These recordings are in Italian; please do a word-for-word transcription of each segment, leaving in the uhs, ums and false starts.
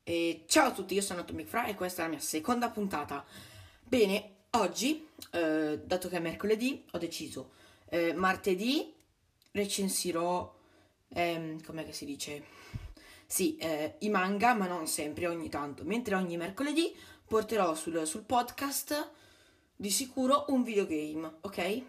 E ciao a tutti, io sono Atomic Fra e questa è la mia seconda puntata. Bene, oggi, eh, dato che è mercoledì, ho deciso eh, martedì recensirò, ehm, com'è che si dice? Sì, eh, i manga, ma non sempre, ogni tanto. Mentre ogni mercoledì porterò sul, sul podcast di sicuro un videogame, ok?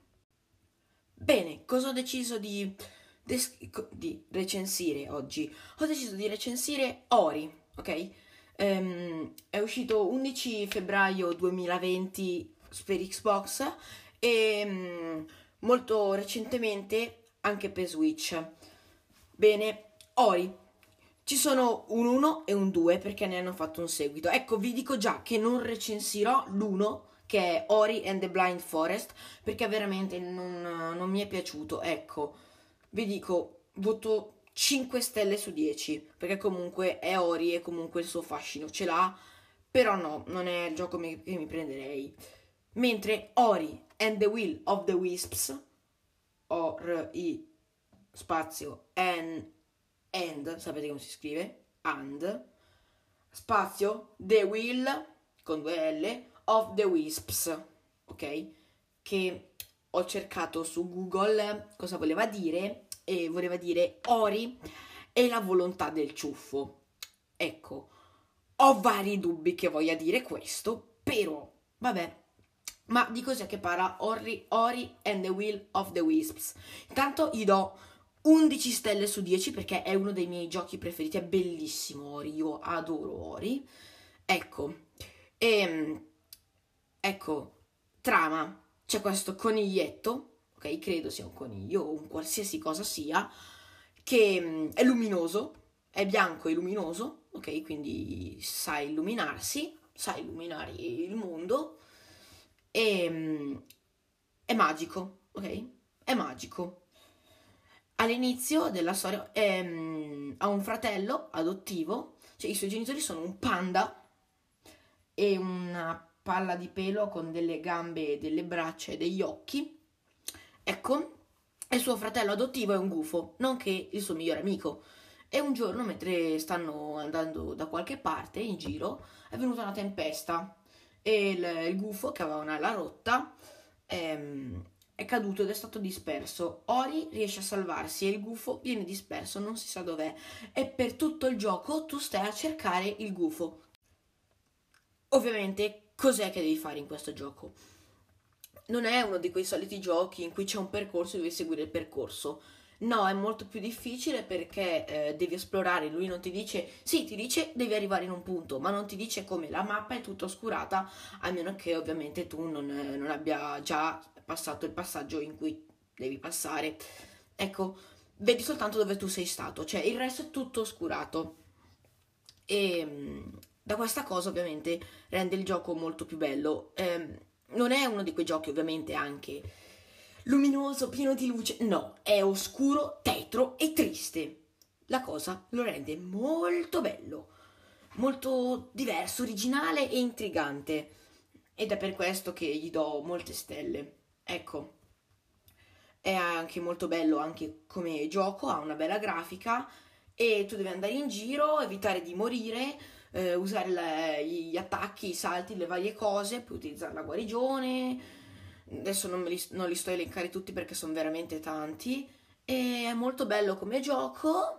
Bene, cosa ho deciso di, des- di recensire oggi? Ho deciso di recensire Ori, ok? Ehm, è uscito undici febbraio duemilaventi per Xbox e mm, molto recentemente anche per Switch. Bene, Ori. Ci sono un uno e un due perché ne hanno fatto un seguito. Ecco, vi dico già che non recensirò l'uno, che è Ori and the Blind Forest, perché veramente non, non mi è piaciuto. Ecco, vi dico, voto cinque stelle su dieci, perché comunque è Ori e comunque il suo fascino ce l'ha, però no, non è il gioco mi- che mi prenderei. Mentre Ori and the Will of the Wisps, O-R-I spazio and, and, sapete come si scrive? And, spazio, The Will, con due L, of the Wisps, ok? Che ho cercato su Google cosa voleva dire e voleva dire Ori e la volontà del ciuffo. Ecco, ho vari dubbi che voglia dire questo, però, vabbè. Ma di cos'è che parla Ori, Ori and the Will of the Wisps? Intanto gli do undici stelle su dieci perché è uno dei miei giochi preferiti, è bellissimo Ori, io adoro Ori. Ecco, e, ecco, trama, c'è questo coniglietto, ok, credo sia un coniglio o un qualsiasi cosa sia, che mm, è luminoso, è bianco e luminoso, ok, quindi sa illuminarsi, sa illuminare il mondo e mm, è magico, ok? È magico. All'inizio della storia ehm, ha un fratello adottivo, cioè i suoi genitori sono un panda e una palla di pelo con delle gambe, delle braccia e degli occhi. Ecco, e suo fratello adottivo è un gufo, nonché il suo migliore amico. E un giorno, mentre stanno andando da qualche parte in giro, è venuta una tempesta e il, il gufo, che aveva un'ala rotta, ehm, è caduto ed è stato disperso. Ori riesce a salvarsi e il gufo viene disperso, non si sa dov'è. E per tutto il gioco tu stai a cercare il gufo. Ovviamente, cos'è che devi fare in questo gioco? Non è uno di quei soliti giochi in cui c'è un percorso e devi seguire il percorso. No, è molto più difficile perché eh, devi esplorare, lui non ti dice, sì, ti dice devi arrivare in un punto, ma non ti dice come, la mappa è tutta oscurata, a meno che ovviamente tu non, eh, non abbia già passato il passaggio in cui devi passare. Ecco, vedi soltanto dove tu sei stato, cioè il resto è tutto oscurato. E mh, da questa cosa ovviamente rende il gioco molto più bello. Ehm, non è uno di quei giochi ovviamente anche luminoso, pieno di luce, no, è oscuro, tetro e triste. La cosa lo rende molto bello, molto diverso, originale e intrigante. Ed è per questo che gli do molte stelle. Ecco, è anche molto bello anche come gioco, ha una bella grafica e tu devi andare in giro, evitare di morire, eh, usare le- gli attacchi, i salti, le varie cose, puoi utilizzare la guarigione. Adesso non, me li, non li sto a elencare tutti perché sono veramente tanti. E è molto bello come gioco.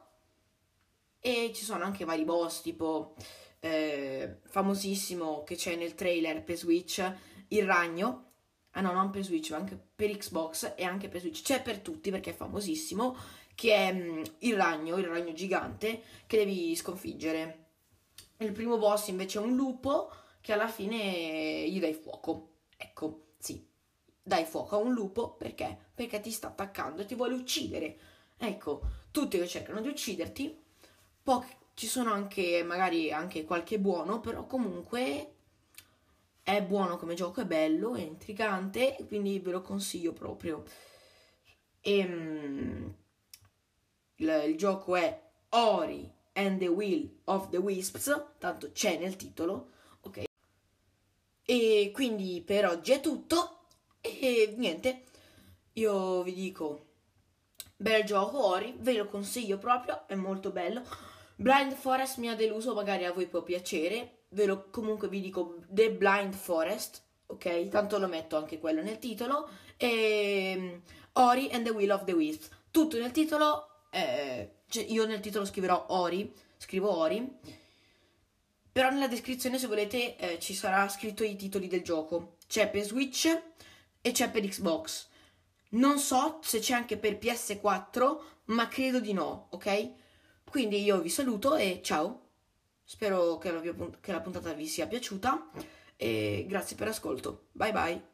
E ci sono anche vari boss, tipo eh, famosissimo che c'è nel trailer per Switch, il ragno. Ah no, non per Switch, ma anche per Xbox e anche per Switch. C'è per tutti perché è famosissimo, che è mm, il ragno, il ragno gigante che devi sconfiggere. Il primo boss invece è un lupo che alla fine gli dai fuoco. Ecco, sì, dai fuoco a un lupo perché? Perché ti sta attaccando e ti vuole uccidere. Ecco, tutti che cercano di ucciderti. Poi ci sono anche, magari anche qualche buono, però comunque è buono come gioco, è bello, è intrigante, quindi ve lo consiglio proprio. E, mm, il, il gioco è Ori and the Will of the Wisps, tanto c'è nel titolo, ok? E quindi per oggi è tutto. E niente, io vi dico, bel gioco Ori, ve lo consiglio proprio, è molto bello. Blind Forest mi ha deluso, magari a voi può piacere, ve lo, comunque vi dico The Blind Forest, ok? Tanto lo metto anche quello nel titolo, e um, Ori and the Will of the Wisps, tutto nel titolo, eh, cioè io nel titolo scriverò Ori, scrivo Ori, però nella descrizione se volete eh, ci sarà scritto i titoli del gioco, c'è per Switch e c'è per Xbox, non so se c'è anche per P S quattro, ma credo di no, ok? Quindi io vi saluto e ciao, spero che la, che la puntata vi sia piaciuta e grazie per l'ascolto, bye bye.